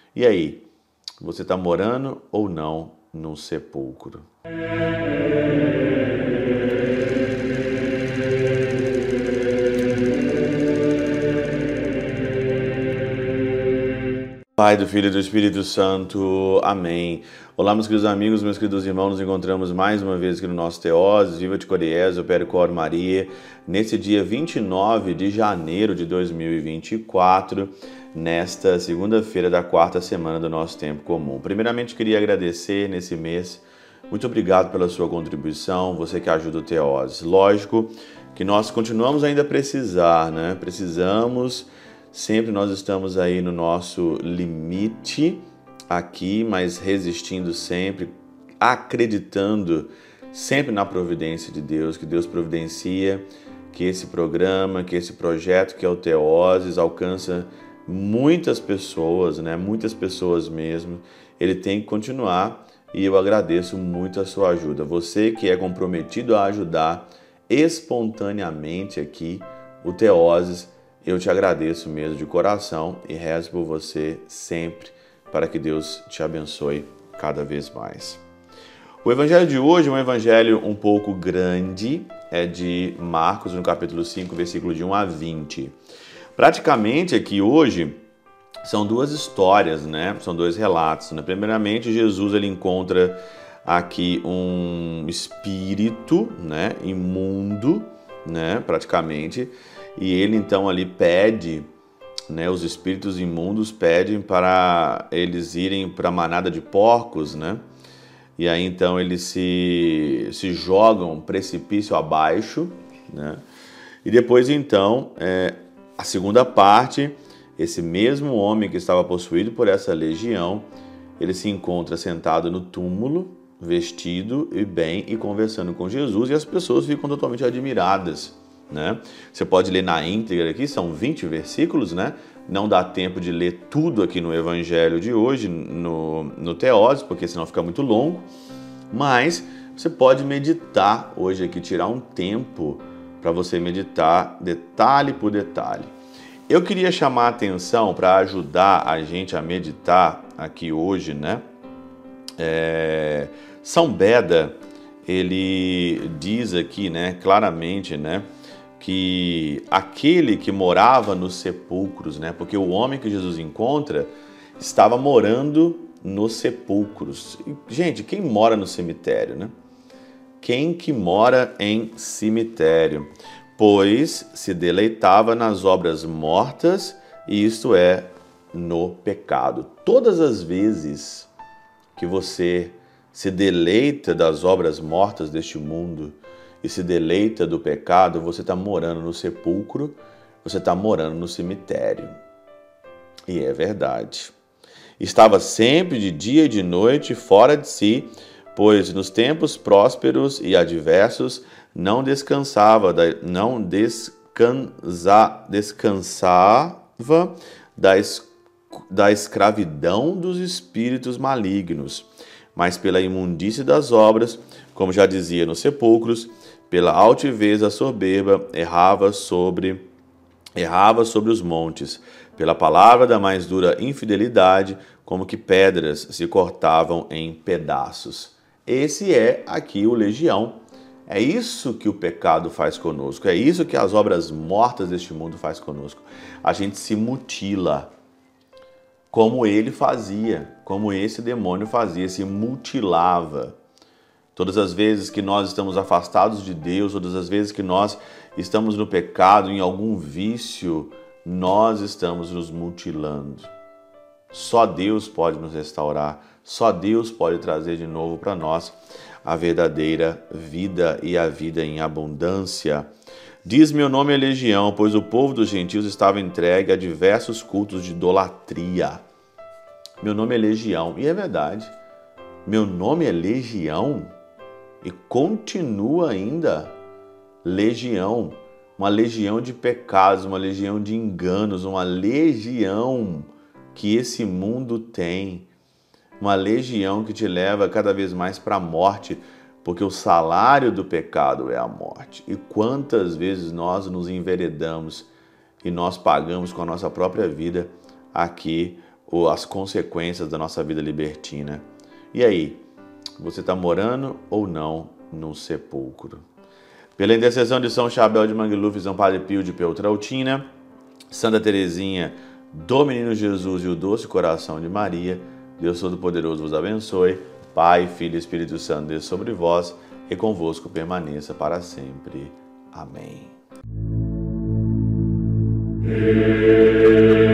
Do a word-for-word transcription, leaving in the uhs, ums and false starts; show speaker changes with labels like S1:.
S1: E aí, você está morando ou não num sepulcro? Pai, do Filho e do Espírito Santo. Amém. Olá, meus queridos amigos, meus queridos irmãos, nos encontramos mais uma vez aqui no nosso Teoses, Viva de Coriés, o Percor Maria, nesse dia vinte e nove de janeiro de dois mil e vinte e quatro, nesta segunda-feira da quarta semana do nosso tempo comum. Primeiramente, queria agradecer nesse mês, muito obrigado pela sua contribuição, você que ajuda o Teoses. Lógico que nós continuamos ainda a precisar, né? Precisamos... Sempre nós estamos aí no nosso limite aqui, mas resistindo sempre, acreditando sempre na providência de Deus, que Deus providencia, que esse programa, que esse projeto que é o Teoses alcança muitas pessoas, né? Muitas pessoas mesmo. Ele tem que continuar e eu agradeço muito a sua ajuda. Você que é comprometido a ajudar espontaneamente aqui o Teoses, eu te agradeço mesmo de coração e rezo por você sempre para que Deus te abençoe cada vez mais. O evangelho de hoje é um evangelho um pouco grande, é de Marcos, no capítulo cinco, versículo de um a vinte. Praticamente aqui hoje são duas histórias, né? São dois relatos, né? Primeiramente, Jesus ele encontra aqui um espírito, né? Imundo, né? Praticamente. E ele então ali pede, né, os espíritos imundos pedem para eles irem para a manada de porcos, né? E aí então eles se, se jogam precipício abaixo, né? E depois então, é, a segunda parte, esse mesmo homem que estava possuído por essa legião, ele se encontra sentado no túmulo, vestido e bem e conversando com Jesus, e as pessoas ficam totalmente admiradas. Né? Você pode ler na íntegra aqui, são vinte versículos, né? Não dá tempo de ler tudo aqui no evangelho de hoje, no, no Teoses, porque senão fica muito longo, mas você pode meditar hoje aqui, tirar um tempo para você meditar detalhe por detalhe. Eu queria chamar a atenção para ajudar a gente a meditar aqui hoje, né? É, São Beda, ele diz aqui, né, claramente, né, que aquele que morava nos sepulcros, né? Porque o homem que Jesus encontra estava morando nos sepulcros. E, gente, quem mora no cemitério, né? Quem que mora em cemitério? Pois se deleitava nas obras mortas, e isto é, no pecado. Todas as vezes que você se deleita das obras mortas deste mundo, e se deleita do pecado, você está morando no sepulcro, você está morando no cemitério. E é verdade. Estava sempre de dia e de noite fora de si, pois nos tempos prósperos e adversos não descansava, não descansa, descansava da, da escravidão dos espíritos malignos, mas pela imundície das obras, como já dizia nos sepulcros, pela altivez da soberba, errava sobre, errava sobre os montes, pela palavra da mais dura infidelidade, como que pedras se cortavam em pedaços. Esse é aqui o legião. É isso que o pecado faz conosco, é isso que as obras mortas deste mundo faz conosco. A gente se mutila, como ele fazia, como esse demônio fazia, se mutilava. Todas as vezes que nós estamos afastados de Deus, todas as vezes que nós estamos no pecado, em algum vício, nós estamos nos mutilando. Só Deus pode nos restaurar, só Deus pode trazer de novo para nós a verdadeira vida e a vida em abundância. Diz: meu nome é Legião, pois o povo dos gentios estava entregue a diversos cultos de idolatria. Meu nome é Legião, e é verdade. Meu nome é Legião e continua ainda legião, uma legião de pecados, uma legião de enganos, uma legião que esse mundo tem, uma legião que te leva cada vez mais para a morte, porque o salário do pecado é a morte. E quantas vezes nós nos enveredamos e nós pagamos com a nossa própria vida aqui as consequências da nossa vida libertina. E aí, você está morando ou não no sepulcro? Pela intercessão de São Chabel de Mangluf, São Padre Pio de Peltrautina, Santa Teresinha do Menino Jesus e o Doce Coração de Maria, Deus Todo-Poderoso vos abençoe. Pai, Filho e Espírito Santo, desça sobre vós e convosco permaneça para sempre. Amém.